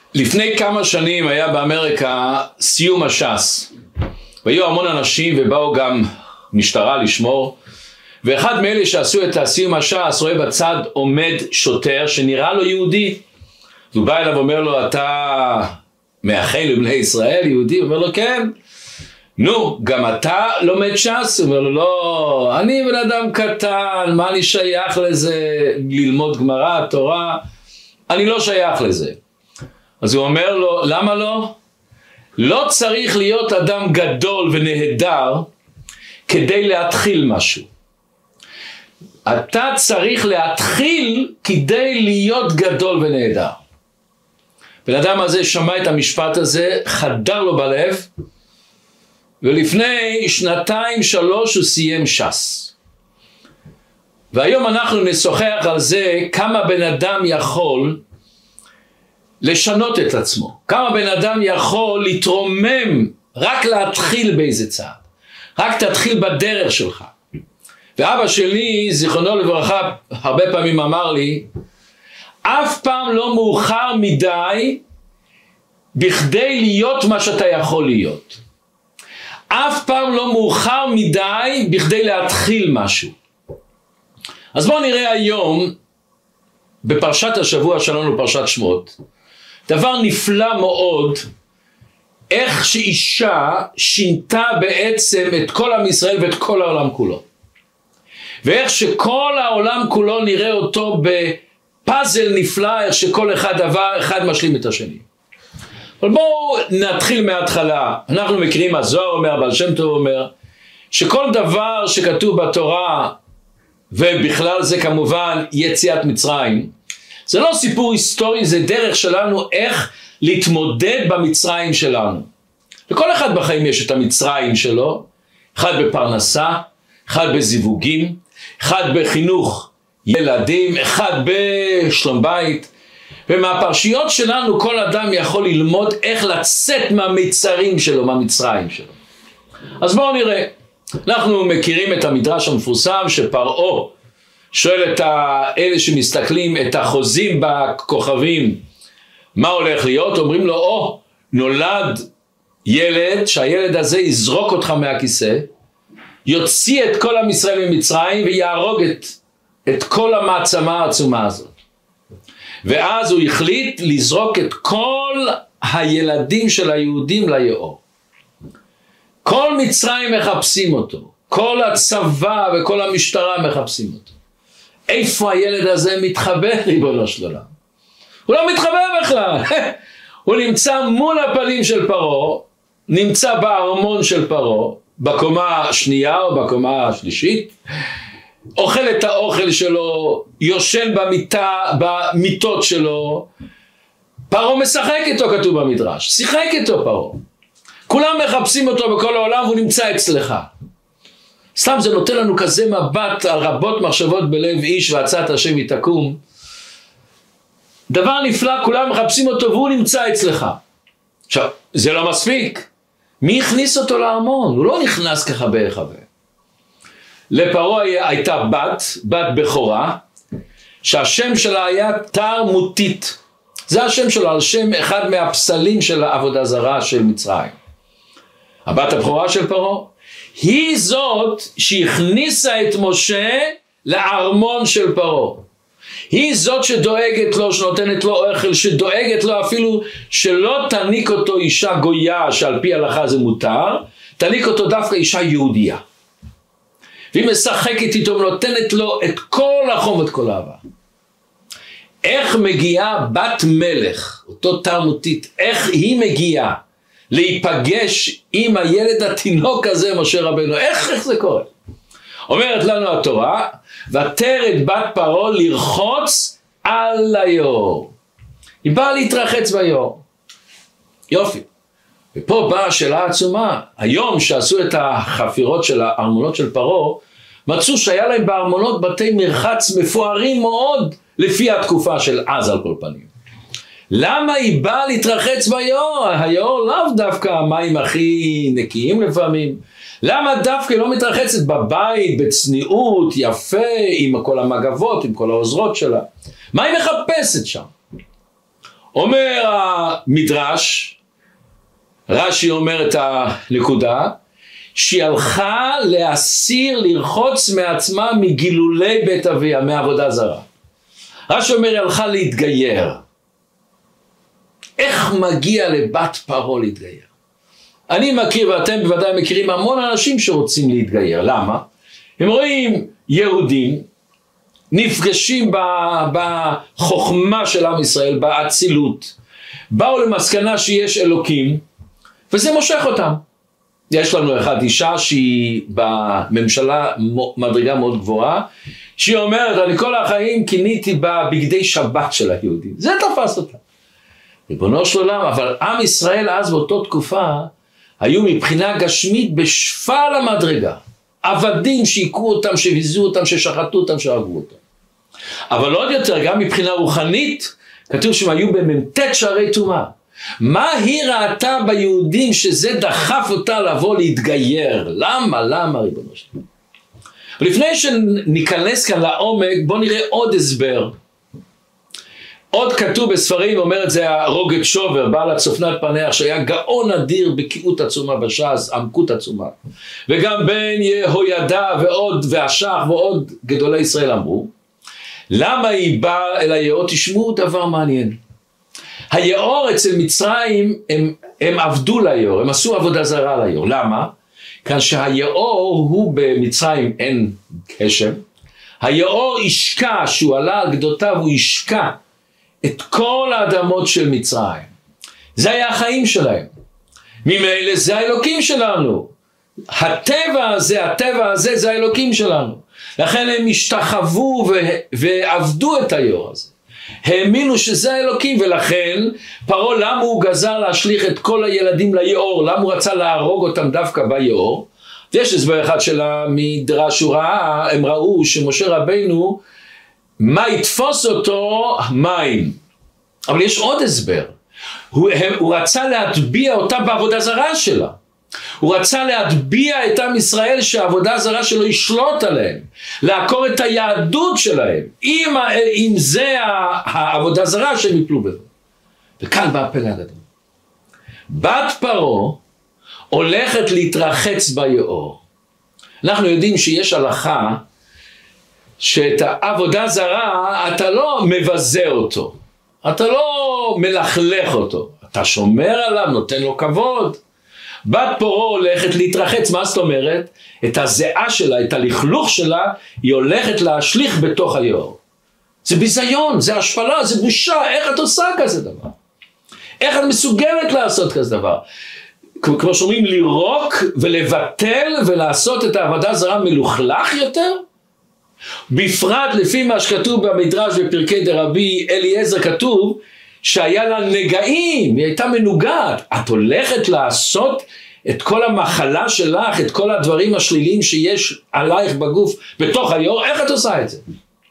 לפני כמה שנים היה באמריקה סיום הש"ס, והיו המון אנשים ובאו גם משטרה לשמור, ואחד מאלה שעשו את הסיום הש"ס רואה בצד עומד שוטר שנראה לו יהודי, הוא בא אליו ואומר לו, אתה מאחינו בני ישראל, יהודי? הוא אומר לו, כן. נו, גם אתה לומד ש"ס? הוא אומר לו, לא, אני בן אדם קטן, מה אני שייך לזה, ללמוד גמרא, תורה? אני לא שייך לזה. אז הוא אומר לו, למה לא? לא צריך להיות אדם גדול ונהדר כדי להתחיל משהו. אתה צריך להתחיל כדי להיות גדול ונהדר. בן אדם הזה שמע את המשפט הזה, חדר לו בלב, ולפני 2-3 הוא סיים ש"ס. והיום אנחנו נשוחח על זה כמה בן אדם יכול לשנות את עצמו. כמה בן אדם יכול להתרומם, רק להתחיל באיזה צעד. רק תתחיל בדרך שלך. ואבא שלי, זיכרונו לברכה, הרבה פעמים אמר לי, אף פעם לא מאוחר מדי בכדי להיות מה שאתה יכול להיות. אף פעם לא מאוחר מדי בכדי להתחיל משהו. אז בואו נראה היום, בפרשת השבוע שלנו, פרשת שמות, דבר נפלא מאוד, איך שאישה שינתה בעצם את כל עם ישראל ואת כל העולם כולו. ואיך שכל העולם כולו נראה אותו בפאזל נפלא, איך שכל דבר אחד משלים את השני. אבל בואו נתחיל מההתחלה. אנחנו מכירים, הזוהר אומר, הבעל שם טוב אומר, שכל דבר שכתוב בתורה, ובכלל זה כמובן יציאת מצרים, זה לא סיפור היסטורי, זה דרך שלנו איך להתמודד במצרים שלנו. לכל אחד בחיים יש את המצרים שלו, אחד בפרנסה, אחד בזיווגים, אחד בחינוך ילדים, אחד בשלום בית. ומהפרשיות שלנו כל אדם יכול ללמוד איך לצאת מהמצרים שלו, מהמצרים שלו. אז בואו נראה. אנחנו מכירים את המדרש המפורסם שפרעה שואל את אלה שמסתכלים את החוזים בכוכבים, מה הולך להיות? אומרים לו, נולד ילד, שהילד הזה יזרוק אותך מהכיסא, יוציא את כל עם ישראל ממצרים ויהרוג את כל המעצמה העצומה הזאת. ואז הוא החליט לזרוק את כל הילדים של היהודים ליאור. כל מצרים מחפשים אותו, כל הצבא וכל המשטרה מחפשים אותו. איפה הילד הזה מתחבא, ריבונו של עולם? הוא לא מתחבא בכלל. הוא נמצא מול הפנים של פרעה, נמצא בארמון של פרעה, בקומה השנייה או בקומה השלישית, אוכל את האוכל שלו, יושן במיטות שלו. פרעה משחק איתו, כתוב במדרש, שיחק איתו פרעה. כולם מחפשים אותו בכל העולם והוא נמצא אצלך. סתם זה נותן לנו כזה מבט על רבות מחשבות בלב איש ועצת השם היא תקום. דבר נפלא, כולם מחפשים אותו והוא נמצא אצלך. עכשיו, זה לא מספיק. מי הכניס אותו לארמון? הוא לא נכנס ככה בהיחבא. לפרעה הייתה בת בכורה, שהשם שלה היה תרמותית. זה השם שלו, על שם אחד מהפסלים של העבודה זרה של מצרים. הבת הבכורה של פרעה, היא זאת שהכניסה את משה לארמון של פרעה. היא זאת שדואגת לו, שנותנת לו אוכל, שדואגת לו אפילו שלא תניק אותו אישה גויה, שעל פי הלכה זה מותר, תניק אותו דווקא אישה יהודייה. והיא משחקת איתו ונותנת לו את כל החום ואת כל האהבה. איך מגיעה בת מלך, אותו תרמותית, איך היא מגיעה להיפגש עם הילד התינוק הזה, משה רבנו? איך זה קורה? אומרת לנו התורה, ותרד בת פרעה לרחוץ על היאור. היא באה להתרחץ ביאור. יופי. ופה באה השאלה העצומה. היום שעשו את החפירות של הארמונות של פרעה, מצאו שהיה להם בארמונות בתי מרחץ מפוארים מאוד לפי התקופה של אז על כל פנים. למה היא באה להתרחץ ביאור? היאור לאו דווקא המים הכי נקיים לפעמים. למה דווקא לא מתרחצת בבית, בצניעות, יפה, עם כל המגבות, עם כל העוזרות שלה? מה היא מחפשת שם? אומר המדרש, רש"י אומר את הנקודה, שהיא הלכה להסיר, לרחוץ מעצמה מגילולי בית אביה, מעבודה זרה. רש"י אומר, היא הלכה להתגייר. איך מגיע לבת פרעה להתגייר? אני מכיר, ואתם בוודאי מכירים, המון אנשים שרוצים להתגייר. למה? הם רואים יהודים, נפגשים בחוכמה של עם ישראל, באצילות, באו למסקנה שיש אלוקים, וזה מושך אותם. יש לנו אחד אישה שהיא בממשלה מדרגה מאוד גבוהה, שהיא אומרת, אני כל החיים כיניתי בבגדי שבת של היהודים. זה תפס אותה. ריבונו של עולם, אבל עם ישראל אז באותו תקופה, היו מבחינה גשמית בשפל המדרגה. עבדים שיקרו אותם, שביזו אותם, ששחטו אותם, שהרגו אותם. אבל עוד יותר, גם מבחינה רוחנית, כתוב שהם היו במ"ט שערי טומאה. מה היא ראתה ביהודים שזה דחף אותה לבוא להתגייר? למה ריבונו שלנו? לפני שניכנס כאן לעומק, בואו נראה עוד הסבר. עוד כתוב בספרים, אומר את זה הרוגת שובר, בעל הצופנת פנח, שהיה גאון אדיר בקיאות עצומה בש"ס, עמקות עצומה. וגם בן יהוידע והשח ועוד גדולי ישראל אמרו, למה היא באה אל היאור? תשמעו דבר מעניין. היאור אצל מצרים, הם עבדו ליאור, הם עשו עבודה זרה ליאור. למה? כאן שהיאור הוא במצרים אין גשם. היאור השקע, שהוא עלה על גדותיו, הוא השקע את כל האדמות של מצרים. זה היה החיים שלהם. ממילא זה האלוקים שלנו. הטבע הזה זה האלוקים שלנו. לכן הם השתחוו ועבדו את היאור הזה. האמינו שזה האלוקים, ולכן פרעה למה הוא גזר להשליך את כל הילדים ליאור? למה הוא רצה להרוג אותם דווקא ביאור? ויש הסבר אחד של המדרש, הם ראו שמשה רבינו, מה יתפוס אותו? מים. אבל יש עוד הסבר. הוא רצה להטביע אותה בעבודה זרה שלה. הוא רצה להטביע את עם ישראל שהעבודה הזרה שלו ישלוט עליהם, לעקור את היהדות שלהם, אם זה העבודה זרה שהם יפלו בזה. וכאן בא הפלא הגדול. בת פרעה הולכת להתרחץ ביאור. אנחנו יודעים שיש הלכה שאת העבודה זרה אתה לא מבזה אותו, אתה לא מלכלך אותו, אתה שומר עליו, נותן לו כבוד. בת פרעה הולכת להתרחץ, מה זאת אומרת? את הזיעה שלה, את הלכלוך שלה, היא הולכת להשליך בתוך היאור. זה ביזיון, זה השפלה, זה בושה, איך את עושה כזה דבר? איך את מסוגלת לעשות כזה דבר? כמו שאומרים, לירוק ולבטל ולעשות את העבודה זרה מלוכלך יותר? בפרט לפי מה שכתוב במדרש בפרקי דרבי אליעזר, כתוב שהיה לה נגעים, היא הייתה מנוגעת. את הולכת לעשות את כל המחלה שלך, את כל הדברים השליליים שיש עלייך בגוף בתוך היאור, איך את עושה את זה?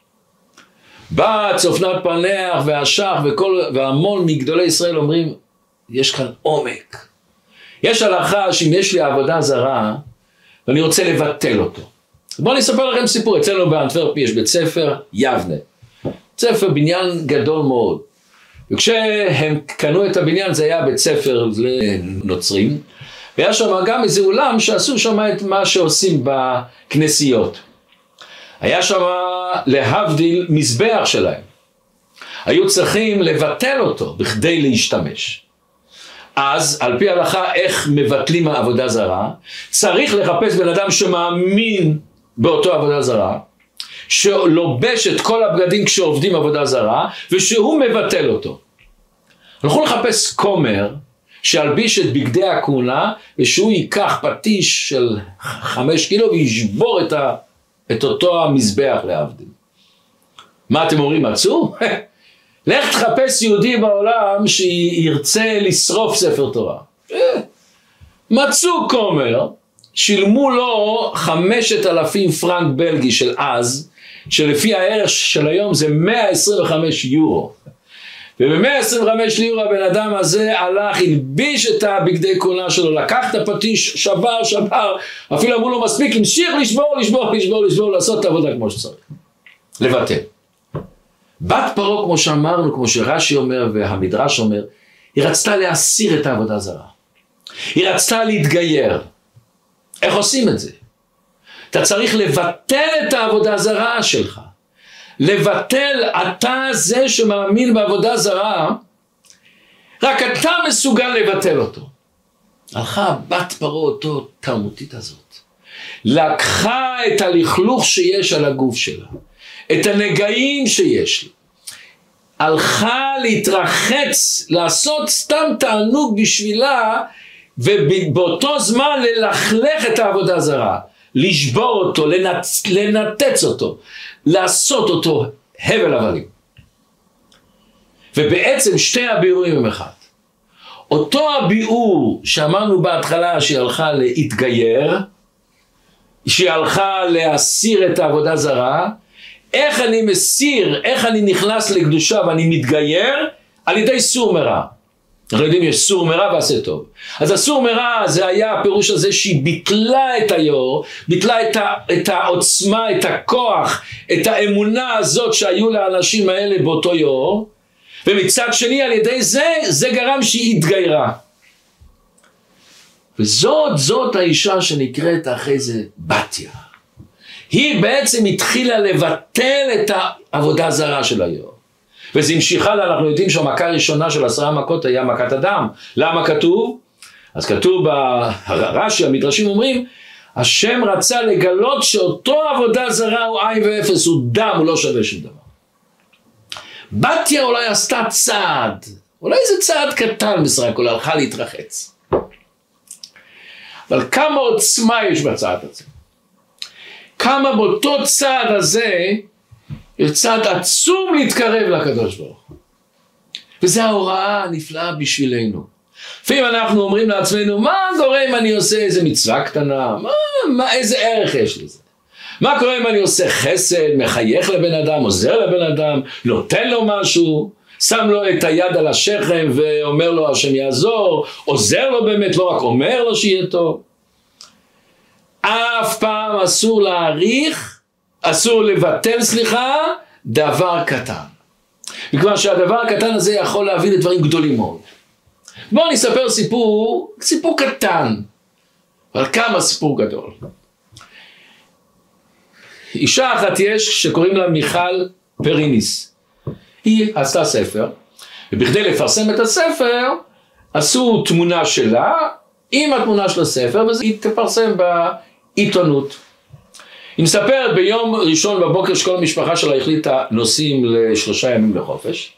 בא צופנת פנח והשח והמון מגדולי ישראל אומרים, יש כאן עומק. יש הלכה שאם יש לי עבודה זרה, ואני רוצה לבטל אותו. בואו אני אספר לכם סיפור. אצלנו באנטוורפ יש בית ספר יבנה. ספר בניין גדול מאוד. וכשהם קנו את הבניין, זה היה בית ספר לנוצרים, והיה שם גם איזה אולם שעשו שם את מה שעושים בכנסיות. היה שם להבדיל מזבח שלהם. היו צריכים לבטל אותו בכדי להשתמש. אז על פי ההלכה איך מבטלים העבודה זרה, צריך לחפש בן אדם שמאמין באותו עבודה זרה, שלובש את כל הבגדים כשעובדים עבודה זרה, ושהוא מבטל אותו. הלכו לחפש כומר שילביש את בגדי הכהונה, ושהוא ייקח פטיש של 5 קילו וישבור את אותו המזבח להבדיל. מה אתם אומרים, מצאו? לך תחפש יהודי בעולם שירצה לשרוף ספר תורה. מצאו כומר, שילמו לו 5,000 פרנק בלגי של אז, שלפי הערך של היום זה 125 יורו. וב-125 יורו הבן אדם הזה הלך, הלביש את הבגדי כהונה שלו, לקח את הפטיש, שבר, אפילו אמרו לו מספיק, המשיך לשבור, לעשות את העבודה כמו שצריך. לבטל. בת פרעה, כמו שאמרנו, כמו שרש"י אומר והמדרש אומר, היא רצתה להסיר את העבודה זרה. היא רצתה להתגייר. איך עושים את זה? אתה צריך לבטל את העבודה זרה שלך. לבטל, אתה זה שמאמין בעבודה זרה, רק אתה מסוגל לבטל אותו. הלכה בת פרעה אותו תרמותית הזאת. לקחה את הלכלוך שיש על הגוף שלה. את הנגעים שיש לה. הלכה להתרחץ, לעשות סתם תענוג בשבילה, ובאותו זמן ללכלך את העבודה זרה. לשבור אותו, לנתץ אותו, לעשות אותו הבל הבלים. ובעצם שתי הביאורים הם אחד. אותו הביאור שאמרנו בהתחלה שהיא הלכה להתגייר, שהיא הלכה להסיר את העבודה זרה, איך אני מסיר, איך אני נכנס לקדושה ואני מתגייר? על ידי סור מרע. אנחנו יודעים יש סור מרע ועשה טוב. אז הסור מרע זה היה הפירוש הזה שהיא ביטלה את היור, ביטלה את העוצמה, את הכוח, את האמונה הזאת שהיו לאנשים האלה באותו יור, ומצד שני על ידי זה גרם שהיא התגיירה. וזאת האישה שנקראת אחרי זה בתיה. היא בעצם התחילה לבטל את העבודה זרה של היור. וזה המשיכה לה, אנחנו יודעים שהמכה הראשונה של 10 מכות היה מכת הדם. למה כתוב? אז כתוב ברש"י, המדרשים אומרים, השם רצה לגלות שאותו עבודה זרה הוא עין ואפס, הוא דם, הוא לא שווה שום דבר. בתיה אולי עשתה צעד, אולי זה צעד קטן בסך הכל, הלכה להתרחץ. אבל כמה עוצמה יש בצעד הזה? כמה באותו צעד הזה, יש צעד עצום להתקרב לקדוש ברוך הוא. וזו ההוראה הנפלאה בשבילנו. לפעמים אנחנו אומרים לעצמנו, מה קורה אם אני עושה איזה מצווה קטנה? איזה ערך יש לזה? מה קורה אם אני עושה חסד, מחייך לבן אדם, עוזר לבן אדם, נותן לו משהו, שם לו את היד על השכם ואומר לו השם יעזור, עוזר לו באמת, לא רק אומר לו שיהיה טוב. אף פעם אסור להעריך, אסור לבטל דבר קטן. מכיוון שהדבר הקטן הזה יכול להביא לדברים גדולים מאוד. בואו נספר סיפור קטן, אבל כמה סיפור גדול. אישה אחת יש שקוראים לה מיכל פריניס. היא עשתה ספר, ובכדי לפרסם את הספר, עשו תמונה שלה עם התמונה של הספר, והיא תפרסם בעיתונות. היא מספרת ביום ראשון בבוקר שכל המשפחה שלה החליטה נוסעים ל3 ימים לחופש.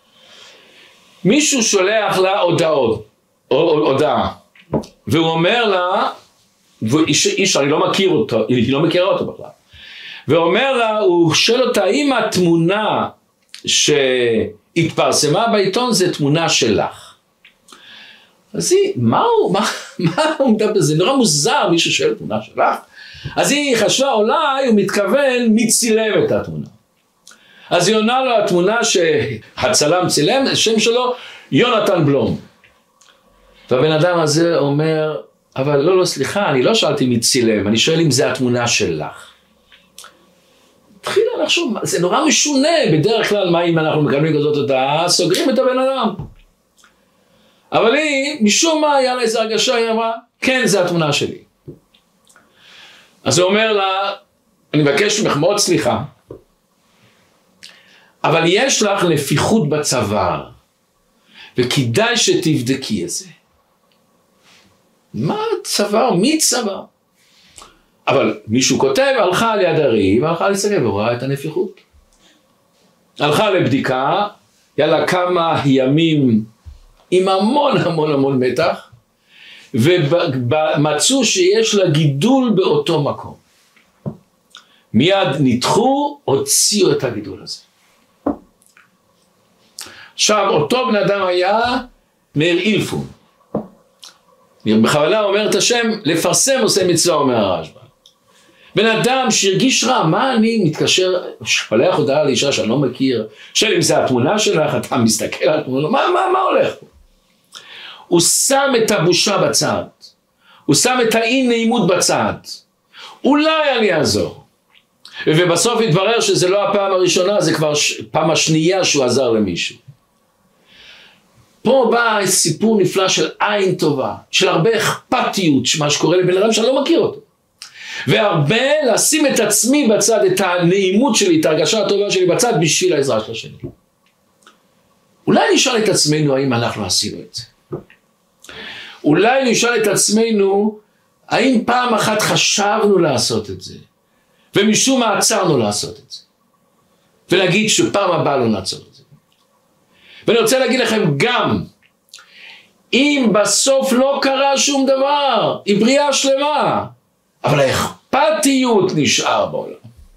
מישהו שולח לה הודעה, והוא אומר לה, איש אני לא מכיר אותו, היא לא מכירה אותו בכלל. ואומר לה, הוא שואל אותה, האם התמונה שהתפרסמה בעיתון זה תמונה שלך? אז היא, מה הוא מדבר? זה נורא מוזר, מישהו שואל תמונה שלך? אז היא חשבה, אולי הוא מתכוון מי צילם את התמונה. אז היא עונה לו התמונה שהצלם צילם, השם שלו יונתן בלום. והבן אדם הזה אומר, אבל לא, סליחה, אני לא שאלתי מי צילם, אני שואל אם זה התמונה שלך. התחילה לחשוב, זה נורא משונה, בדרך כלל מה אם אנחנו מקבלים כזאת הודעה, סוגרים את הבן אדם. אבל היא, משום מה היה לה איזו הרגשה, היא אמרה, כן, זה התמונה שלי. אז הוא אומר לה, אני מבקש ממך מאוד סליחה, אבל יש לך נפיחות בצוואר, וכדאי שתבדקי את זה. מה צוואר? מי צוואר? אבל מישהו כותב, הלכה ליד הריב, והלכה להסתכל ורואה את הנפיחות. הלכה לבדיקה, יאללה כמה ימים עם המון מתח, ומצאו שיש לה גידול באותו מקום. מיד ניתחו, הוציאו את הגידול הזה. עכשיו, אותו בן אדם היה מאיר אילפון. בכוונה אומר את השם, לפרסם עושה מצווה, אומר הרשב"א. בן אדם שהרגיש רע, מה אני מתקשר, שולח הודעה לאישה שאני לא מכיר, שאלה אם זה התמונה שלך, אתה מסתכל על התמונה, מה הולך פה? הוא שם את הבושה בצד, הוא שם את האי נעימות בצד, אולי אני אעזור. ובסוף התברר שזה לא הפעם הראשונה, זה כבר פעם השנייה שהוא עזר למישהו. פה בא סיפור נפלא של עין טובה, של הרבה אכפתיות, מה שקורה לבן אדם שאני לא מכיר אותו. והרבה לשים את עצמי בצד, את הנעימות שלי, את ההרגשה הטובה שלי בצד, בשביל העזרה של השני. אולי נשאל את עצמנו האם אנחנו עשינו את זה. אולי נשאל את עצמנו האם פעם אחת חשבנו לעשות את זה, ומשום מה עצרנו לעשות את זה. ולהגיד שפעם הבאה לא נעצור את זה. ואני רוצה להגיד לכם גם, אם בסוף לא קרה שום דבר, היא בריאה שלמה, אבל האכפתיות נשאר בעולם.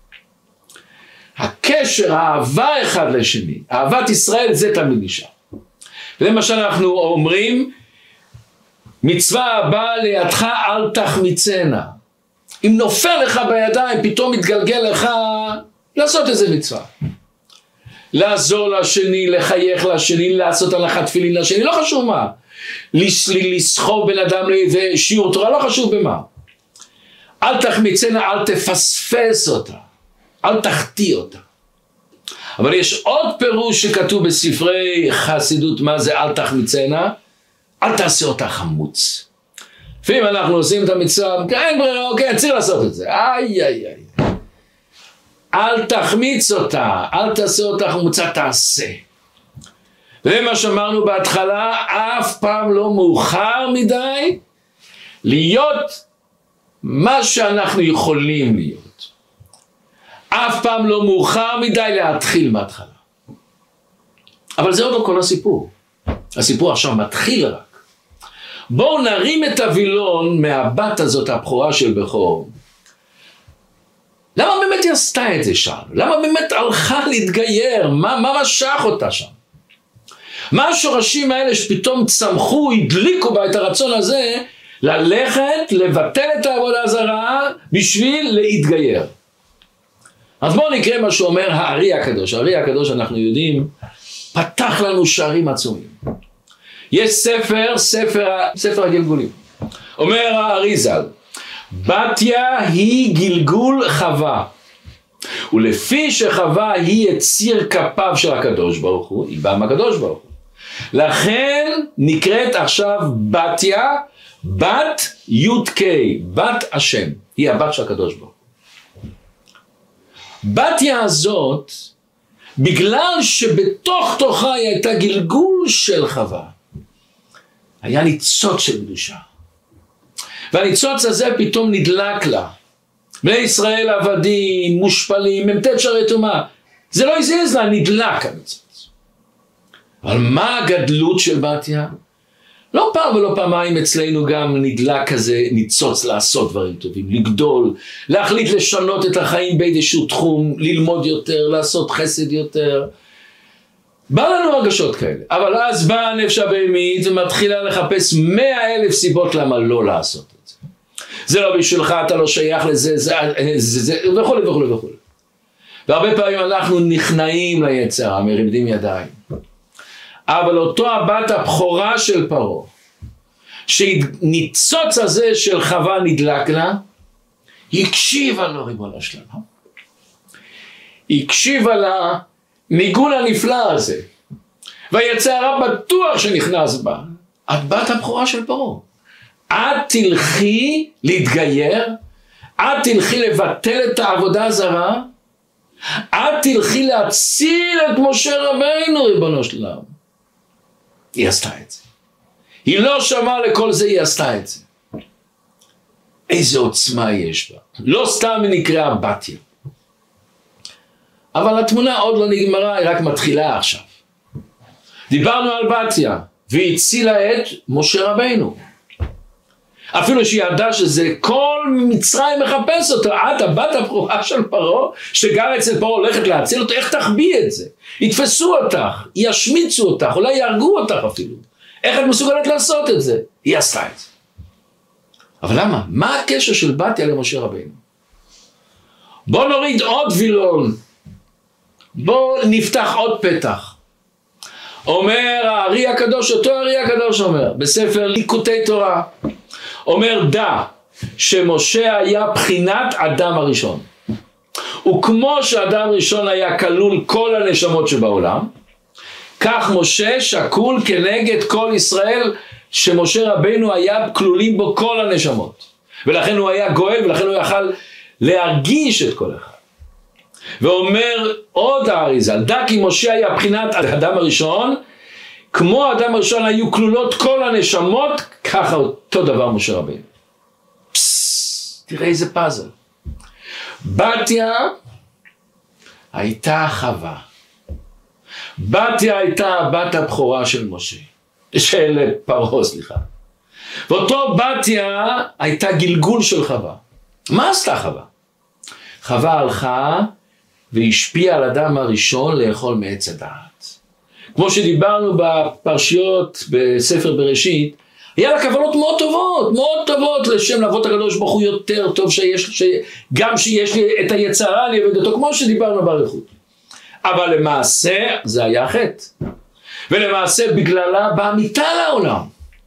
הקשר, האהבה אחד לשני, אהבת ישראל זה תמיד נשאר. וזה מה שאנחנו אומרים, מצווה הבאה לידך אל תחמיצנה. אם נופל לך בידיים, פתאום מתגלגל לך, לעשות איזה מצווה. לעזור לשני, לחייך לשני, לעשות הלכת תפילין לשני, לא חשוב מה. לסחוב בן אדם לשיעור תורה, לא חשוב במה. אל תחמיצנה, אל תפספס אותה. אל תחטיא אותה. אבל יש עוד פירוש שכתוב בספרי חסידות, מה זה אל תחמיצנה? אל תעשה אותה חמוץ. לפעמים אנחנו עושים את המצווה, אין ברירה, אוקיי, צריך לעשות את זה. אל תחמיץ אותה, אל תעשה אותה חמוצה, תעשה. ומה שאמרנו בהתחלה, אף פעם לא מאוחר מדי להיות מה שאנחנו יכולים להיות. אף פעם לא מאוחר מדי להתחיל מההתחלה. אבל זה עוד לא כל הסיפור. הסיפור עכשיו מתחיל רק. בואו נרים את הווילון מהבת הזאת, הבכורה של בכור. למה באמת היא עשתה את זה שם? למה באמת הלכה להתגייר? מה משך אותה שם? מה השורשים האלה שפתאום צמחו, הדליקו בה את הרצון הזה, ללכת, לבטל את העבודה הזרה, בשביל להתגייר? אז בואו נקרא מה שאומר הארי הקדוש. הארי הקדוש, אנחנו יודעים, פתח לנו שערים עצומים. יש ספר הגלגולים. אומר הארי ז"ל, בתיה היא גלגול חווה, ולפי שחווה היא יציר כפיו של הקדוש ברוך הוא, היא באה מהקדוש ברוך הוא. לכן נקראת עכשיו בתיה, בת י"ק, בת השם, היא הבת של הקדוש ברוך הוא. בתיה הזאת, בגלל שבתוך תוכה היא הייתה גלגול של חווה, היה ניצוץ של קדושה. והניצוץ הזה פתאום נדלק לה. בני ישראל עבדים, מושפלים, ממתת שערי טומאה. זה לא הזיז לה, נדלק הניצוץ. אבל מה הגדלות של בתיה? לא פעם ולא פעמיים אצלנו גם נדלק כזה ניצוץ לעשות דברים טובים, לגדול, להחליט לשנות את החיים באיזשהו תחום, ללמוד יותר, לעשות חסד יותר. בא לנו הרגשות כאלה, אבל אז באה הנפש הבהמית ומתחילה לחפש 100,000 סיבות למה לא לעשות את זה. זה לא בשבילך, אתה לא שייך לזה, זה וכו' וכו' וכו'. והרבה פעמים אנחנו נכנעים ליצר, מרימים ידיים. אבל אותו הבת הבכורה של פרעה, שניצוץ הזה של חווה נדלק לה, הקשיבה לו ריבונו של עולם. הקשיבה לה ניגון הנפלא הזה, והיצר הרע בטוח שנכנס בה. את בת הבכורה של פרעה. את תלכי להתגייר, את תלכי לבטל את העבודה הזרה, את תלכי להציל את משה רבינו ריבונו של עולם. היא עשתה את זה. היא לא שמעה לכל זה, היא עשתה את זה. איזה עוצמה יש בה. לא סתם היא נקראה בתיה. אבל התמונה עוד לא נגמרה, היא רק מתחילה עכשיו. דיברנו על בתיה, והיא הצילה את משה רבינו. אפילו שהיא ידעה שזה כל מצרים מחפש אותו. את הבת הבכורה של פרעה, שגרה אצל פרעה הולכת להציל אותו, איך תחביא את זה? יתפסו אותך, ישמיצו אותך, אולי יהרגו אותך אפילו. איך את מסוגלת לעשות את זה? היא עשתה את זה. אבל למה? מה הקשר של בתיה למשה רבינו? בוא נוריד עוד וילון. בוא נפתח עוד פתח. אומר הארי הקדוש, אותו הארי הקדוש אומר, בספר ליקוטי תורה, אומר דע שמשה היה בחינת אדם הראשון. וכמו שאדם ראשון היה כלול כל הנשמות שבעולם, כך משה שקול כנגד כל ישראל, שמשה רבינו היה כלולים בו כל הנשמות. ולכן הוא היה גואל, ולכן הוא יכל להרגיש את כל אחד. ואומר עוד האריז"ל, דע כי משה היה בחינת האדם הראשון, כמו האדם הראשון היו כלולות כל הנשמות, ככה אותו דבר משה רבינו. תראה איזה פאזל. בתיה הייתה חווה. בתיה הייתה הבת הבכורה של משה. של פרעה, סליחה. ואותו בתיה הייתה גלגול של חווה. מה עשתה חווה? חווה הלכה והשפיעה על האדם הראשון לאכול מעץ הדעת. כמו שדיברנו בפרשיות בספר בראשית, היה לה כוונות מאוד טובות, מאוד טובות לשם לעבוד הקדוש ברוך הוא יותר טוב גם שיש לי את היצרה אני עובד אותו, כמו שדיברנו באריכות. אבל למעשה זה היה חטא. ולמעשה בגללה באה מיתה לעולם.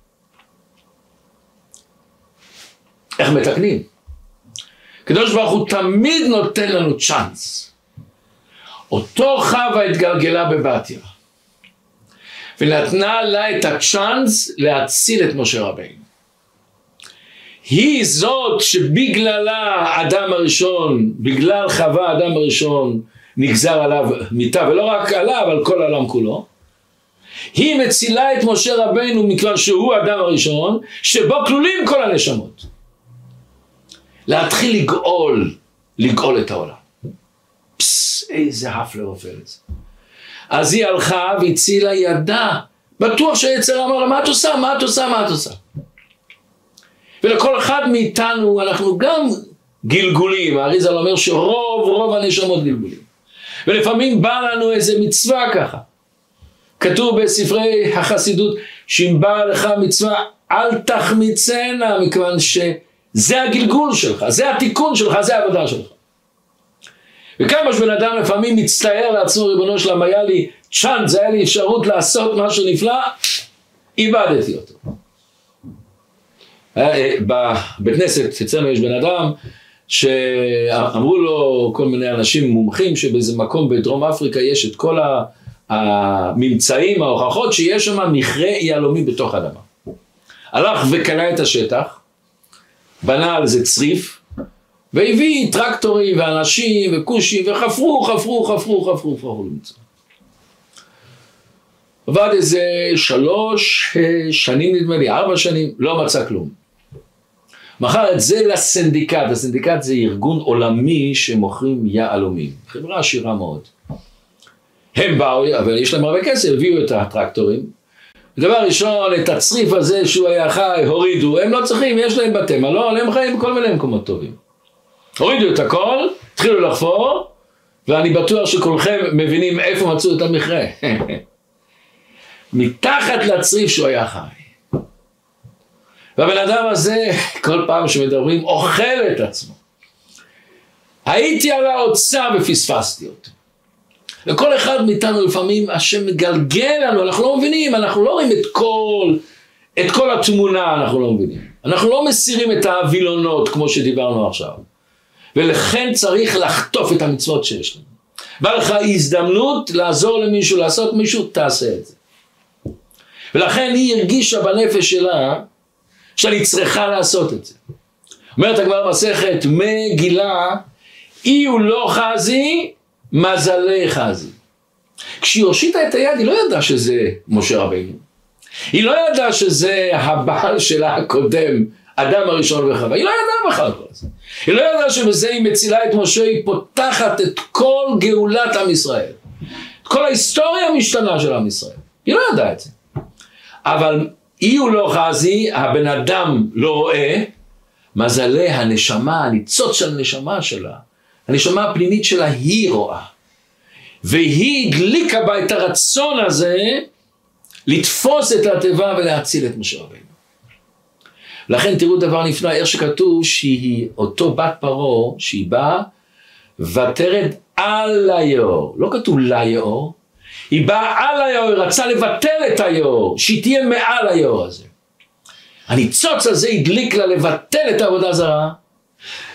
איך מתקנים? הקדוש ברוך הוא תמיד נותן לנו צ'אנס. אותו חווה התגלגלה בבתיה. ונתנה לה את הצ'אנס להציל את משה רבינו. היא זאת שבגללה האדם הראשון, בגלל חווה האדם הראשון, נגזר עליו מיתה, ולא רק עליו, על כל העולם כולו. היא מצילה את משה רבינו מכיוון שהוא האדם הראשון, שבו כלולים כל הנשמות. להתחיל לגאול את העולם. איזה הפלא ופלץ. אז היא הלכה והצילה ידה. בטוח שהיצר אמר לה, מה את עושה? מה את עושה? מה את עושה? ולכל אחד מאיתנו אנחנו גם גלגולים. האריז"ל אומר שרוב הנשמות גלגולים. ולפעמים בא לנו איזה מצווה ככה. כתוב בספרי החסידות, שאם באה לך מצווה, אל תחמיצנה, מכיוון שזה הגלגול שלך, זה התיקון שלך, זה העבודה שלך. וכמה שבן אדם לפעמים מצטער לעצמו, ריבונו שלם, היה לי צ'אנס, היה לי אפשרות לעשות משהו נפלא, איבדתי אותו. בבית כנסת אצלנו יש בן אדם, שאמרו לו כל מיני אנשים מומחים, שבאיזה מקום בדרום אפריקה יש את כל הממצאים, ההוכחות, שיש שם מכרה יהלומים בתוך האדמה. הלך וקנה את השטח, בנה על זה צריף, והביא טרקטורים ואנשים וקושים וחפרו למצוא. עבד איזה 3 שנים נדמה לי, 4 שנים, לא מצא כלום. מכר את זה לסינדיקט, הסינדיקט זה ארגון עולמי שמוכרים יהלומים, חברה עשירה מאוד. הם באו, אבל יש להם הרבה כסף, הביאו את הטרקטורים. דבר ראשון, את הצריף הזה שהוא היה חי, הורידו, הם לא צריכים, יש להם בתי מלון, הם חיים בכל מיני מקומות טובים. הורידו את הכל, התחילו לחפור, ואני בטוח שכולכם מבינים איפה מצאו את המכרה. מתחת לצריף שהוא היה חי. והבן אדם הזה, כל פעם שמדברים, אוכל את עצמו. הייתי על האוצר ופספסתי אותו. לכל אחד מאיתנו לפעמים השם מגלגל לנו, אנחנו לא מבינים, אנחנו לא רואים את כל התמונה, אנחנו לא מבינים. אנחנו לא מסירים את הווילונות כמו שדיברנו עכשיו. ולכן צריך לחטוף את המצוות שיש לנו. בא לך הזדמנות לעזור למישהו, לעשות מישהו, תעשה את זה. ולכן היא הרגישה בנפש שלה, שאני צריכה לעשות את זה. אומרת הגמרא מסכת מגילה, אי הוא לא חזי, מזלי חזי. כשהיא הושיטה את היד, היא לא ידעה שזה משה רבינו. היא לא ידעה שזה הבעל שלה הקודם, אדם הראשון וחווה. היא לא ידעה בכלל כל זה. היא לא ידעה שבזה היא מצילה את משה, היא פותחת את כל גאולת עם ישראל. את כל ההיסטוריה המשתנה של עם ישראל. היא לא ידעה את זה. אבל אי הוא לא חזי, הבן אדם לא רואה, מזלי הנשמה, הניצוץ של הנשמה שלה, הנשמה הפנימית שלה היא רואה. והיא הדליקה בה את הרצון הזה, לתפוס את התיבה ולהציל את משה רבינו. לכן תראו דבר נפלא, איך שכתוב שהיא אותו בת פרעה, שהיא באה ותרד על היאור. לא כתוב ליאור, היא באה על היאור, היא רצה לבטל את היאור, שהיא תהיה מעל היאור הזה. הניצוץ הזה הדליק לה לבטל את העבודה זרה,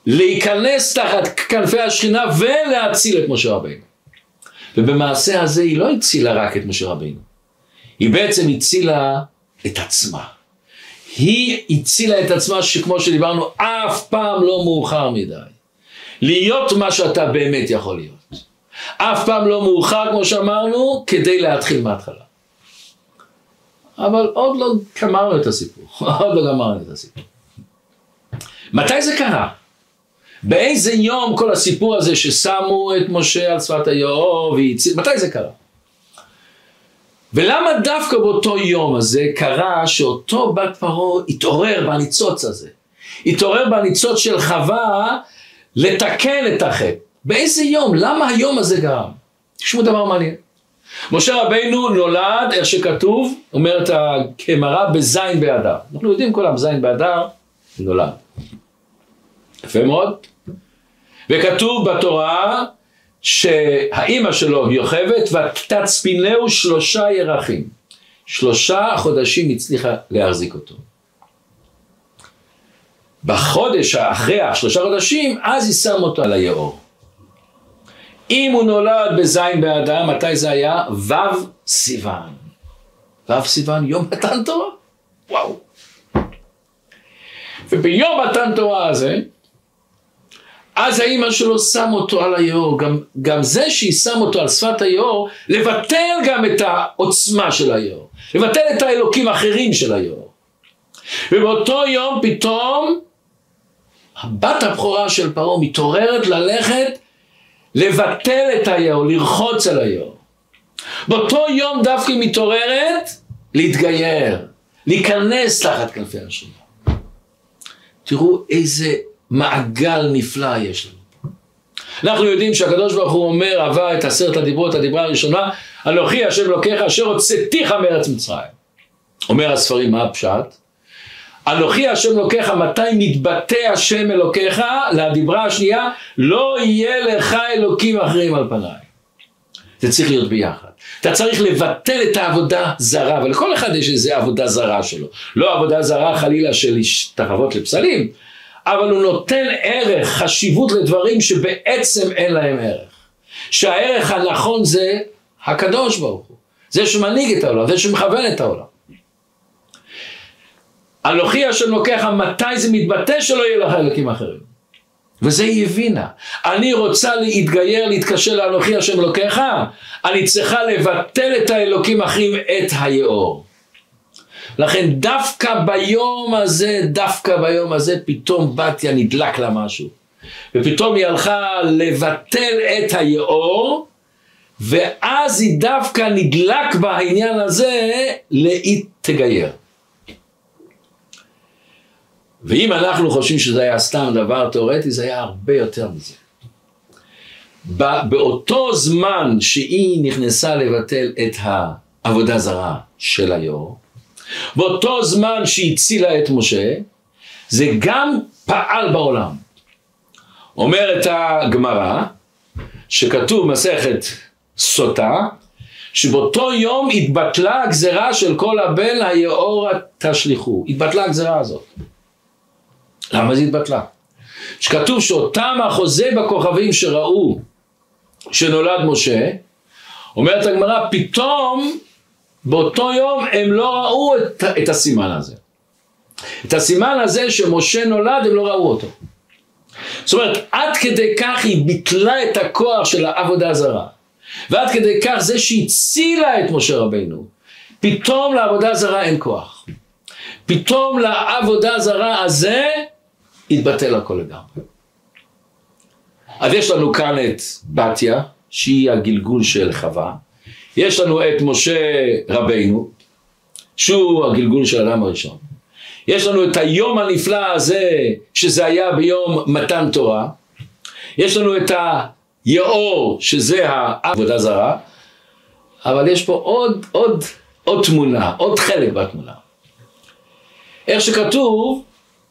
להיכנס תחת כנפי השכינה ולהציל את משה רבינו. ובמעשה הזה היא לא הצילה רק את משה רבינו, היא בעצם הצילה את עצמה. היא הצילה את עצמה, שכמו שדיברנו, אף פעם לא מאוחר מדי להיות מה שאתה באמת יכול להיות. אף פעם לא מאוחר, כמו שאמרנו, כדי להתחיל מההתחלה. אבל עוד לא גמרנו את הסיפור. עוד לא גמרנו את הסיפור. מתי זה קרה? באיזה יום כל הסיפור הזה ששמו את משה על שפת היאור והציל, מתי זה קרה? ולמה דווקא באותו יום הזה קרה שאותו בת פרעה התעורר בניצוץ הזה? התעורר בניצוץ של חווה לתקן את החטא. באיזה יום? למה היום הזה גרם? תשמעו דבר מעניין. משה רבינו נולד, איך שכתוב, אומרת הגמרא, בזין באדר. אנחנו יודעים כולם, זין באדר, נולד. יפה מאוד. וכתוב בתורה שהאימא שלו יוכבד ותצפינהו 3 ירחים. 3 חודשים הצליחה להחזיק אותו. בחודש אחרי 3 חודשים, אז היא שם אותו על היאור. אם הוא נולד בזין באדר, מתי זה היה? ו' סיוון. ו' סיוון, יום מתן תורה. וואו. וביום מתן תורה הזה, אז האמא שלו שם אותו על היאור. גם זה שהיא שם אותו על שפת היאור, לבטל גם את העוצמה של היאור. לבטל את האלוקים האחרים של היאור. ובאותו יום פתאום, הבת הבכורה של פרעה מתעוררת ללכת, לבטל את היאור, לרחוץ על היאור. באותו יום דווקא היא מתעוררת, להתגייר, להיכנס תחת כנפי השכינה. תראו איזה מעגל נפלא יש לנו. אנחנו יודעים שהקדוש ברוך הוא אומר, עבר את 10 הדיברות, הדיברה הראשונה, אנוכי השם אלוקיך אשר הוצאתיך מארץ מצרים. אומר הספרים, מה הפשט? אנוכי השם אלוקיך, מתי מתבטא השם אלוקיך? לדיברה השנייה, לא יהיה לך אלוקים אחרים על פניי. זה צריך להיות ביחד. אתה צריך לבטל את העבודה זרה, ולכל אחד יש איזו עבודה זרה שלו. לא עבודה זרה חלילה של להשתחוות לפסלים, אבל הוא נותן ערך, חשיבות לדברים שבעצם אין להם ערך. שהערך הנכון זה הקדוש ברוך הוא. זה שמנהיג את העולם, זה שמכוון את העולם. אנוכי השם אלוקיך, מתי זה מתבטא שלא יהיה לך אלוקים אחרים? וזה היא הבינה. אני רוצה להתגייר, להתקשר לאנוכי השם אלוקיך, אני צריכה לבטל את האלוקים האחרים, את היאור. לכן דווקא ביום הזה, פתאום בתיה נדלק לה משהו. ופתאום היא הלכה לבטל את היאור, ואז היא דווקא נדלק בעניין הזה להתגייר. ואם אנחנו חושבים שזה היה סתם דבר תיאורטי, זה היה הרבה יותר מזה. באותו זמן שהיא נכנסה לבטל את העבודה זרה של היאור, באותו זמן שהיא הצילה את משה, זה גם פעל בעולם. אומרת הגמרא, שכתוב מסכת סוטה, שבאותו יום התבטלה הגזרה של כל הבן היאור תשליחו. התבטלה הגזרה הזאת. למה זה התבטלה? שכתוב שאותם החוזה בכוכבים שראו שנולד משה, אומרת הגמרא, פתאום באותו יום הם לא ראו את הסימן הזה. את הסימן הזה שמשה נולד הם לא ראו אותו. זאת אומרת, עד כדי כך היא ביטלה את הכוח של העבודה הזרה. ועד כדי כך זה שהצילה את משה רבינו. פתאום לעבודה הזרה אין כוח. פתאום לעבודה הזרה הזה התבטל הכל לגמרי. אז יש לנו כאן את בתיה, שהיא הגלגול של חווה. יש לנו את משה רבינו, שהוא הגלגול של האדם הראשון. יש לנו את היום הנפלא הזה, שזה היה ביום מתן תורה. יש לנו את היאור, שזה העבודה זרה. אבל יש פה עוד תמונה, עוד חלק בתמונה. איך שכתוב,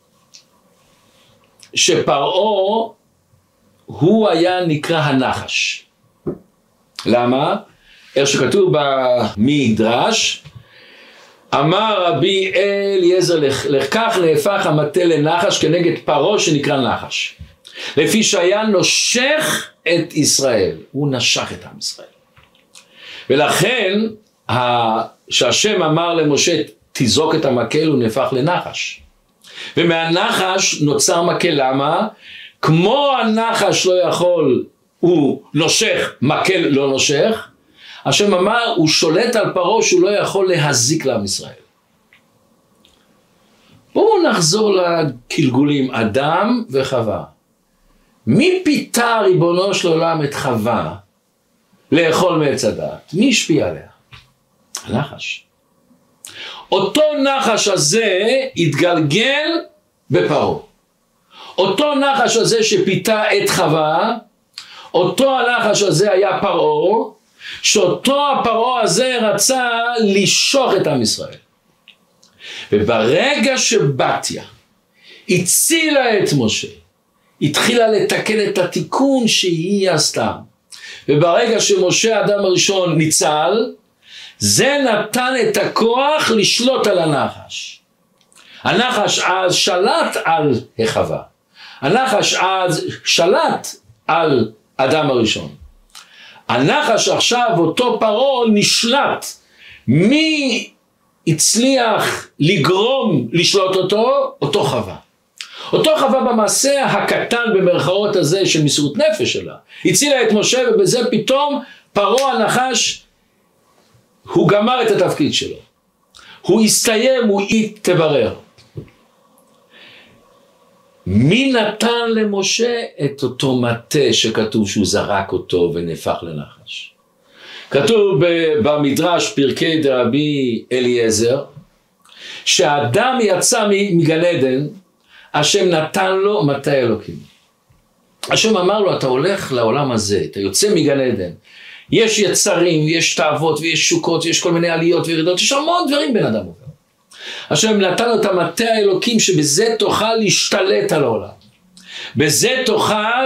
שפרעה הוא היה נקרא הנחש. למה? איך שכתוב במדרש, אמר רבי אליעזר, לכך נהפך המטה לנחש כנגד פרעה שנקרא נחש. לפי שהיה נושך את ישראל, הוא נשך את עם ישראל. ולכן שהשם אמר למשה תזרוק את המקל, הוא נהפך לנחש. ומהנחש נוצר מקל, למה? כמו הנחש לא יכול, הוא נושך, מקל לא נושך, השם אמר הוא שולט על פרעה שהוא לא יכול להזיק לעם ישראל. בואו נחזור לגלגולים, אדם וחווה. מי פיתה ריבונו של עולם את חווה לאכול מעץ הדעת? מי השפיע עליה? הנחש. אותו נחש הזה התגלגל בפרעה. אותו נחש הזה שפיתה את חווה, אותו הנחש הזה היה פרעה, שאותו הפרעה הזה רצה לשוך את עם ישראל. וברגע שבתיה הצילה את משה, התחילה לתקן את התיקון שהיא עשתה, וברגע שמשה האדם הראשון ניצל, זה נתן את הכוח לשלוט על הנחש. הנחש אז שלט על החווה, הנחש אז שלט על אדם הראשון. הנחש עכשיו, אותו פרעה נשלט, מי הצליח לגרום לשלוט אותו? אותו חווה. אותו חווה במעשה הקטן במרכאות הזה של מסירות נפש שלה, הצילה את משה, ובזה פתאום פרעה הנחש, הוא גמר את התפקיד שלו. הוא הסתיים, הוא התברר. מי נתן למשה את אותו מטה שכתוב שהוא זרק אותו ונהפך לנחש? כתוב במדרש פרקי דרבי אליעזר, שהאדם יצא מגן עדן, השם נתן לו מטה אלוקים. השם אמר לו, אתה הולך לעולם הזה, אתה יוצא מגן עדן, יש יצרים, יש תאוות ויש שוקות, ויש כל מיני עליות וירידות, יש המון דברים בן אדם עובר. השם נתן לו את המטה האלוקים, שבזה תוכל להשתלט על העולם. בזה תוכל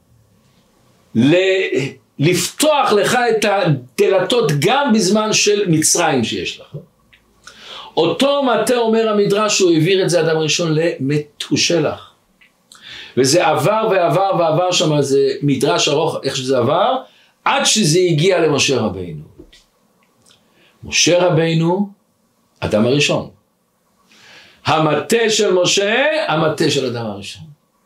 לפתוח לך את הדלתות גם בזמן של מצרים שיש לך. אותו מטה אומר המדרש, הוא העביר את זה אדם ראשון למתושלח. וזה עבר ועבר ועבר שם, זה מדרש ארוך איך שזה עבר, עד שזה הגיע למשה רבינו. משה רבינו, אדם הראשון. המטה של משה, המטה של אדם הראשון.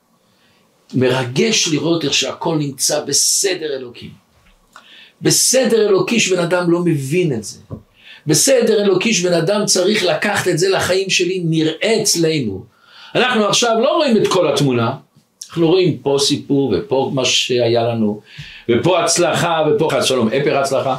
מרגש לראות איך שהכל נמצא בסדר אלוקי. בסדר אלוקי שבן אדם לא מבין את זה. בסדר אלוקי שבן אדם צריך לקחת את זה לחיים שלי, נראה אצלנו. אנחנו עכשיו לא רואים את כל התמונה, אנחנו רואים פה סיפור ופה מה שהיה לנו, ופה הצלחה ופה חס שלום, אפר הצלחה,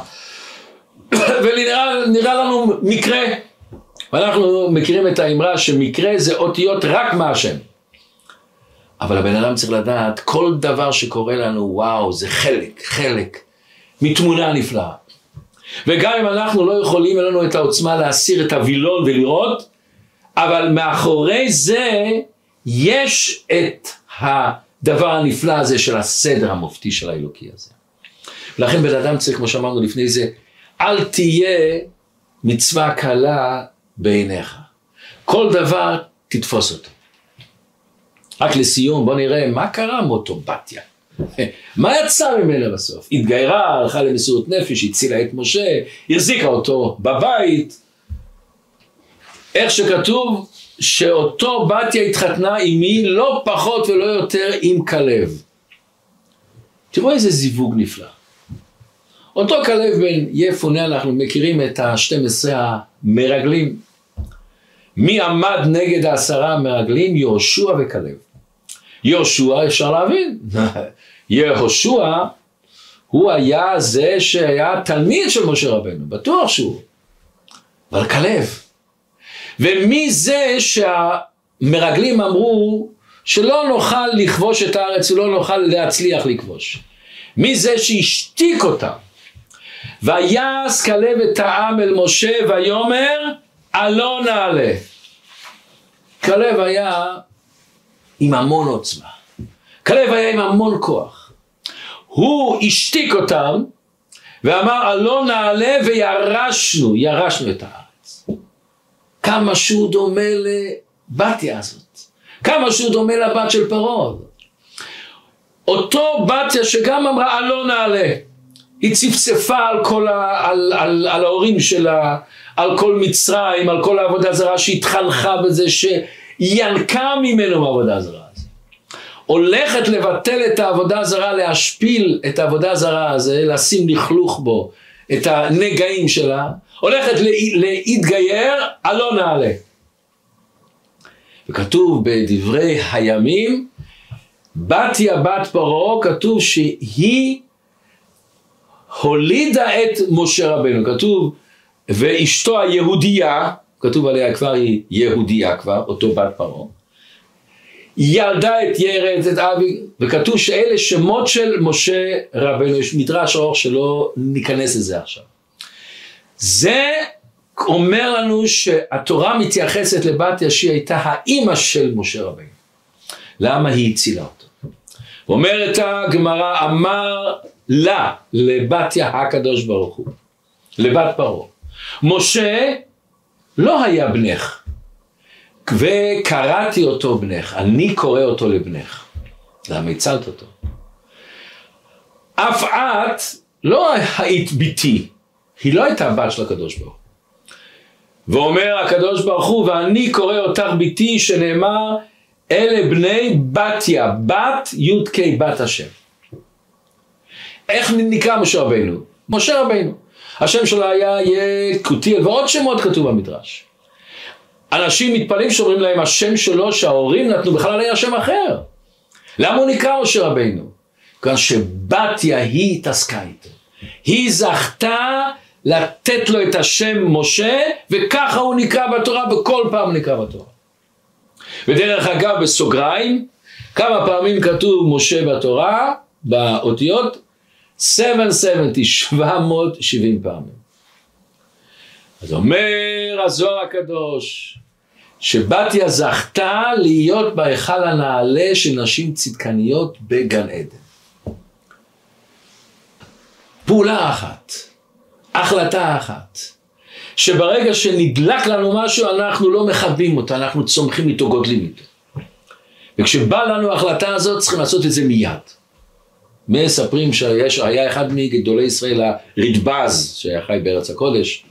ונראה לנו מקרה, ואנחנו מכירים את האמרה שמקרה זה אותיות רק מהשם. אבל הבן אדם צריך לדעת, כל דבר שקורה לנו, וואו, זה חלק מתמונה נפלאה. וגם אם אנחנו לא יכולים, אין לנו את העוצמה להסיר את הווילון ולראות, אבל מאחורי זה יש את הדבר הנפלא הזה של הסדר המופתי של האלוקי הזה. ולכן בן אדם צריך, כמו שאמרנו לפני זה, אל תהיה מצווה קלה בעיניך. כל דבר תתפוס אותו. רק לסיום, בוא נראה מה קרה מאותו בתיה. מה יצא ממנה בסוף? התגיירה, הלכה למסירות נפש, הצילה את משה, החזיקה אותו בבית. איך שכתוב שאותו בתיה התחתנה עם מי? לא פחות ולא יותר עם כלב. תראו איזה זיווג נפלא. אותו כלב בן יפונה, אנחנו מכירים את ה-12 המרגלים. מי עמד נגד 10 המרגלים? יהושע וכלב. יהושע אפשר להבין. יהושע הוא היה זה שהיה תלמיד של משה רבנו, בטוח שהוא. אבל כלב. ומי זה שהמרגלים אמרו שלא נוכל לכבוש את הארץ ולא נוכל להצליח לכבוש? מי זה שהשתיק אותם? ויעש כלב את העם אל משה ויאמר עלה נעלה. כלב היה עם המון עוצמה. כלב היה עם המון כוח. הוא השתיק אותם ואמר עלה נעלה וירשנו את הארץ. כמה שהוא דומה לבתיה הזאת. כמה שהוא דומה לבת של פרעה. אותו בתיה שגם אמרה לא נעלה, היא צפצפה על ההורים שלה, על כל מצרים, על כל העבודה הזרה שהתחנכה בזה, שינקה ממנו בעבודה הזרה. הולכת לבטל את העבודה הזרה, להשפיל את העבודה הזרה הזה, לשים לכלוך בו את הנגעים שלה, הולכת להתגייר, לא נעלה. וכתוב בדברי הימים, בתיה בת פרעה, כתוב שהיא הולידה את משה רבנו, כתוב, ואשתו היהודייה, כתוב עליה כבר היא יהודייה כבר, אותו בת פרעה, ילדה את ירד, את אבי, וכתוב שאלה שמות של משה רבנו, יש מדרש ארוך שלא ניכנס לזה עכשיו. זה אומר לנו שהתורה מתייחסת לבתיה שהיא הייתה האימא של משה רבנו. למה היא הצילה אותו? אומרת הגמרא, אמר לה, לבתיה הקדוש ברוך הוא, לבת פרעה, משה לא היה בנך, וקראתי אותו בנך, אני קורא אותו לבנך. למה הצלת אותו? אף את לא היית ביתי, היא לא הייתה בת של הקדוש ברוך הוא. ואומר הקדוש ברוך הוא, ואני קורא אותך ביתי, שנאמר, אלה בני בתיה, בת י' בת השם. איך נקרא משה רבינו? משה רבינו. השם שלו היה יקותיאל, ועוד שמות כתוב במדרש. אנשים מתפלאים שאומרים להם השם שלו שההורים נתנו, בכלל היה שם אחר. למה הוא נקרא משה רבינו? כיוון שבתיה היא התעסקה איתו. היא זכתה לתת לו את השם משה, וככה הוא נקרא בתורה, בכל פעם נקרא בתורה. ודרך אגב בסוגריים, כמה פעמים כתוב משה בתורה, באותיות, 770 פעמים. אז אומר הזוהר הקדוש, שבתיה זכתה להיות בהיכל הנעלה של נשים צדקניות בגן עדן. פעולה אחת, החלטה אחת, שברגע שנדלק לנו משהו אנחנו לא מכבים אותו, אנחנו צומחים איתו, גודלים איתו. וכשבא לנו ההחלטה הזאת צריכים לעשות את זה מיד. מספרים שהיה אחד מגדולי ישראל, הרדב"ז, שהיה חי בארץ הקודש,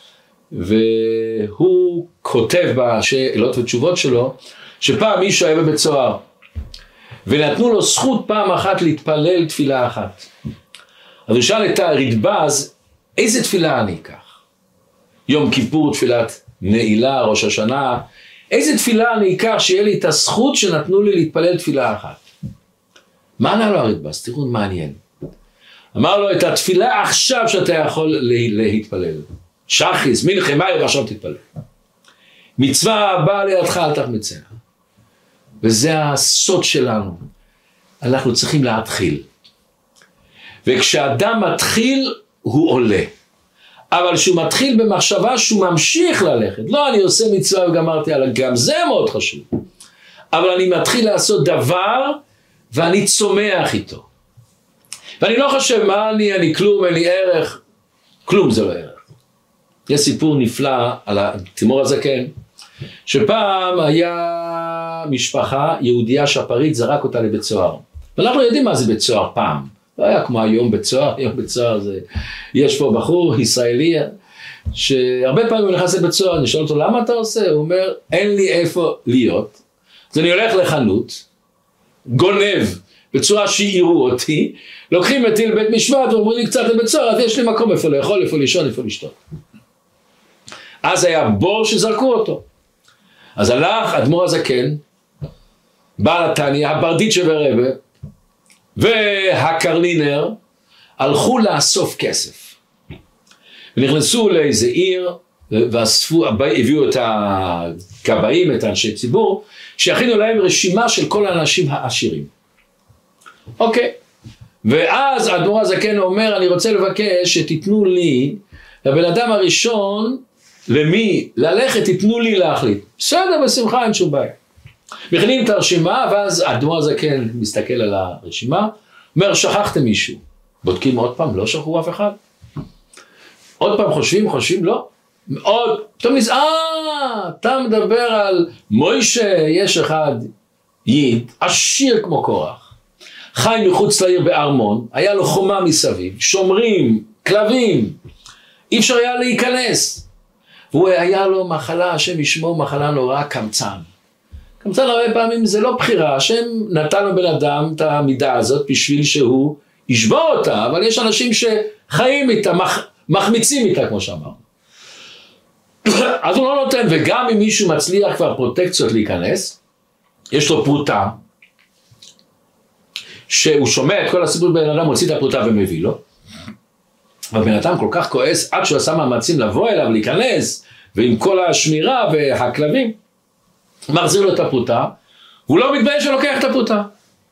והוא כותב בשאלות ותשובות שלו, שפעם מישהו היה בבית סוהר, ונתנו לו זכות פעם אחת להתפלל תפילה אחת. אז הוא שאל את הרדב"ז, איזה תפילה אני אקח? יום כיפור, תפילת נעילה, ראש השנה, איזה תפילה אני אקח שיהיה לי את הזכות שנתנו לי להתפלל תפילה אחת? מה ענה לו הרדב"ז? תראו מעניין. אמר לו, את התפילה עכשיו שאתה יכול להתפלל. שחיס, מנחה, מאיר, עכשיו תתפלל. מצווה הבאה לידך, אל תחמיצה. וזה הסוד שלנו. אנחנו צריכים להתחיל. וכשאדם מתחיל, הוא עולה. אבל שהוא מתחיל במחשבה שהוא ממשיך ללכת. לא, אני עושה מצווה וגמרתי עליו, גם זה מאוד חשוב. אבל אני מתחיל לעשות דבר, ואני צומח איתו. ואני לא חושב, מה אני כלום, אין לי ערך. כלום זה לא ערך. יש סיפור נפלא על תימור הזקן, שפעם היה משפחה יהודייה שהפריץ זרק אותה לבית סוהר. ואנחנו יודעים מה זה בית סוהר פעם. לא היה כמו היום בית סוהר, היום בית סוהר זה... יש פה בחור ישראלי, שהרבה פעמים הוא נכנס לבית סוהר, אני שואל אותו, למה אתה עושה? הוא אומר, אין לי איפה להיות. אז אני הולך לחנות, גונב, בצורה שיראו אותי, לוקחים אותי לבית משפט, ואומרים לי קצת לבית סוהר, אז יש לי מקום איפה לאכול, איפה לישון, איפה לשתות. אז היה בור שזרקו אותו. אז הלך אדמו"ר הזקן, בעל התניא, הברדיצ'ה ורבה, והקרלינר, הלכו לאסוף כסף. ונכנסו לאיזה עיר, ואספו, הביאו את הכבאים, את האנשי ציבור, שיכינו להם רשימה של כל האנשים העשירים. אוקיי. ואז אדמו"ר הזקן אומר, אני רוצה לבקש שתיתנו לי, לבן אדם הראשון, למי ללכת, תיתנו לי להחליט. בסדר, בשמחה, אין שום בעיה. מכינים את הרשימה, ואז אדמו"ר הזקן מסתכל על הרשימה, אומר, שכחתם מישהו. בודקים עוד פעם, לא שכחו אף אחד. עוד פעם חושבים, לא. עוד, פתאום אתה מדבר על מוישה, יש אחד יד, עשיר כמו קורח. חי מחוץ לעיר בארמון, היה לו חומה מסביב, שומרים, כלבים, אי אפשר היה להיכנס. והוא היה לו מחלה, השם ישמור, מחלה נורא, קמצן. קמצן הרבה פעמים זה לא בחירה, השם נתן לו בן אדם את המידה הזאת בשביל שהוא ישבור אותה, אבל יש אנשים שחיים איתה, מחמיצים איתה כמו שאמרנו. אז הוא לא נותן, וגם אם מישהו מצליח כבר פרוטקציות להיכנס, יש לו פרוטה, שהוא שומע את כל הסיפור בן אדם, מוציא את הפרוטה ומביא לו, והבן אדם כל כך כועס, עד שהוא עשה מאמצים לבוא אליו, להיכנס, ועם כל השמירה והכלבים, מחזיר לו את הפרוטה, הוא לא מתבייש ולוקח את הפרוטה.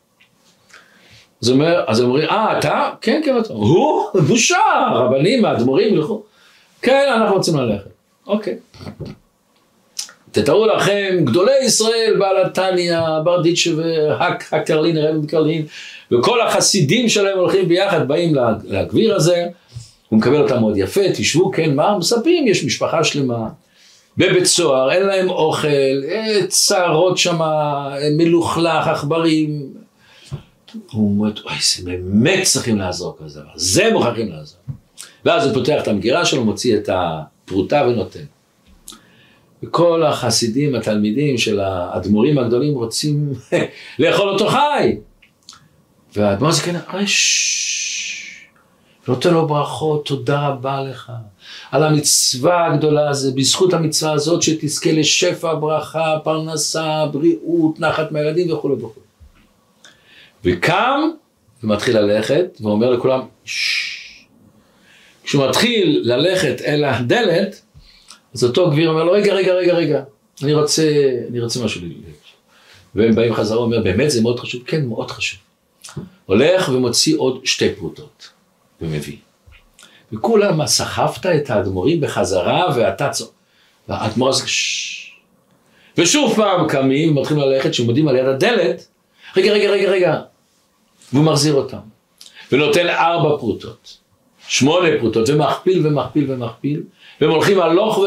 אז הם אומרים, אתה? כן, כן, אתה. הוא? בושה, רבנים, האדמו"רים, ילכו. כן, אנחנו רוצים ללכת. אוקיי. תתארו לכם, גדולי ישראל, בעל התניא, ברדיצ'ה והקרלין, רבי קרלין, וכל החסידים שלהם הולכים ביחד, באים לגביר הזה, הוא מקבל אותם מאוד יפה, תשבו, כן, מה? מספרים, יש משפחה שלמה, בבית סוהר, אין להם אוכל, צערות שם, מלוכלך, עכברים. הוא אומר, אוי, זה באמת צריכים לעזור כזה דבר, זה מוכרחים לעזור. ואז הוא פותח את המגירה שלו, מוציא את הפרוטה ונותן. וכל החסידים, התלמידים של האדמו"רים הגדולים רוצים לאכול אותו חי. והאדמו"ר זה כן, נותן לו ברכות, תודה רבה לך על המצווה הגדולה הזו, בזכות המצווה הזאת שתזכה לשפע, ברכה, פרנסה, בריאות, נחת מהילדים וכו' וכו'. וקם ומתחיל ללכת ואומר לכולם, כשהוא מתחיל ללכת אל הדלת, אז אותו גביר אומר לו, רגע, אני רוצה משהו ללכת. והם באים חזרה, הוא אומר, באמת זה מאוד חשוב? כן, מאוד חשוב. הולך ומוציא עוד 2 פרוטות, ומביא. וכולם, סחפת את האדמו"רים בחזרה, ואתה והאדמו"ר הזה, ושוב פעם קמים, ומתחילים ללכת, שמודים על יד הדלת, רגע, והוא מחזיר אותם. ונותן 4 פרוטות, 8 פרוטות, ומכפיל, והם הולכים הלוך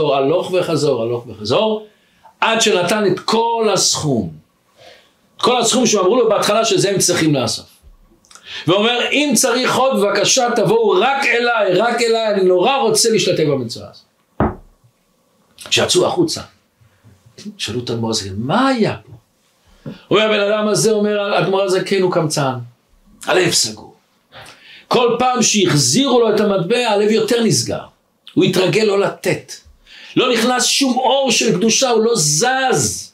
וחזור, עד שנתן את כל הסכום. כל הסכום שאמרו לו בהתחלה שזה הם צריכים לאסוף. ואומר, אם צריך עוד, בבקשה תבואו רק אליי, אני נורא רוצה להשתתף במצווה הזאת. כשיצאו החוצה, שאלו את האדמו"ר הזה, מה היה פה? הוא אומר, הבן אדם הזה אומר, האדמו"ר הזה כן הוא קמצן, הלב סגור. כל פעם שהחזירו לו את המטבע, הלב יותר נסגר. הוא התרגל לא לתת. לא נכנס שום אור של קדושה, הוא לא זז.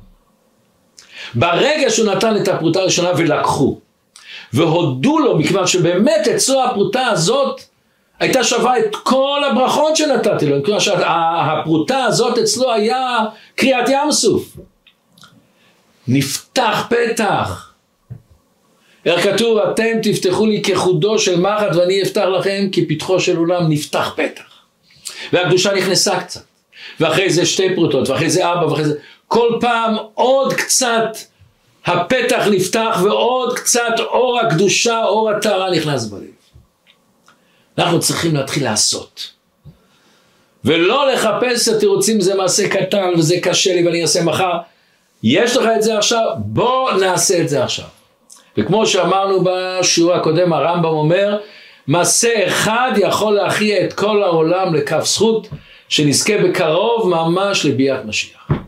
ברגע שהוא נתן את הפרוטה הראשונה ולקחו, והודו לו, מכיוון שבאמת אצלו הפרוטה הזאת, הייתה שווה את כל הברכות שנתתי לו, מכיוון שהפרוטה הזאת אצלו היה קריאת ים סוף. נפתח פתח. איך כתוב, אתם תפתחו לי כחודו של מחט ואני אפתח לכם כפתחו של עולם, נפתח פתח. והקדושה נכנסה קצת. ואחרי זה 2 פרוטות, ואחרי זה 4, ואחרי זה... כל פעם עוד קצת הפתח נפתח, ועוד קצת אור הקדושה, אור הטהרה נכנס בלב. אנחנו צריכים להתחיל לעשות. ולא לחפש התירוצים, זה מעשה קטן וזה קשה לי ואני אעשה מחר. יש לך את זה עכשיו, בוא נעשה את זה עכשיו. וכמו שאמרנו בשיעור הקודם, הרמב"ם אומר, מעשה אחד יכול להכריע את כל העולם לכף זכות, שנזכה בקרוב ממש לביאת משיח.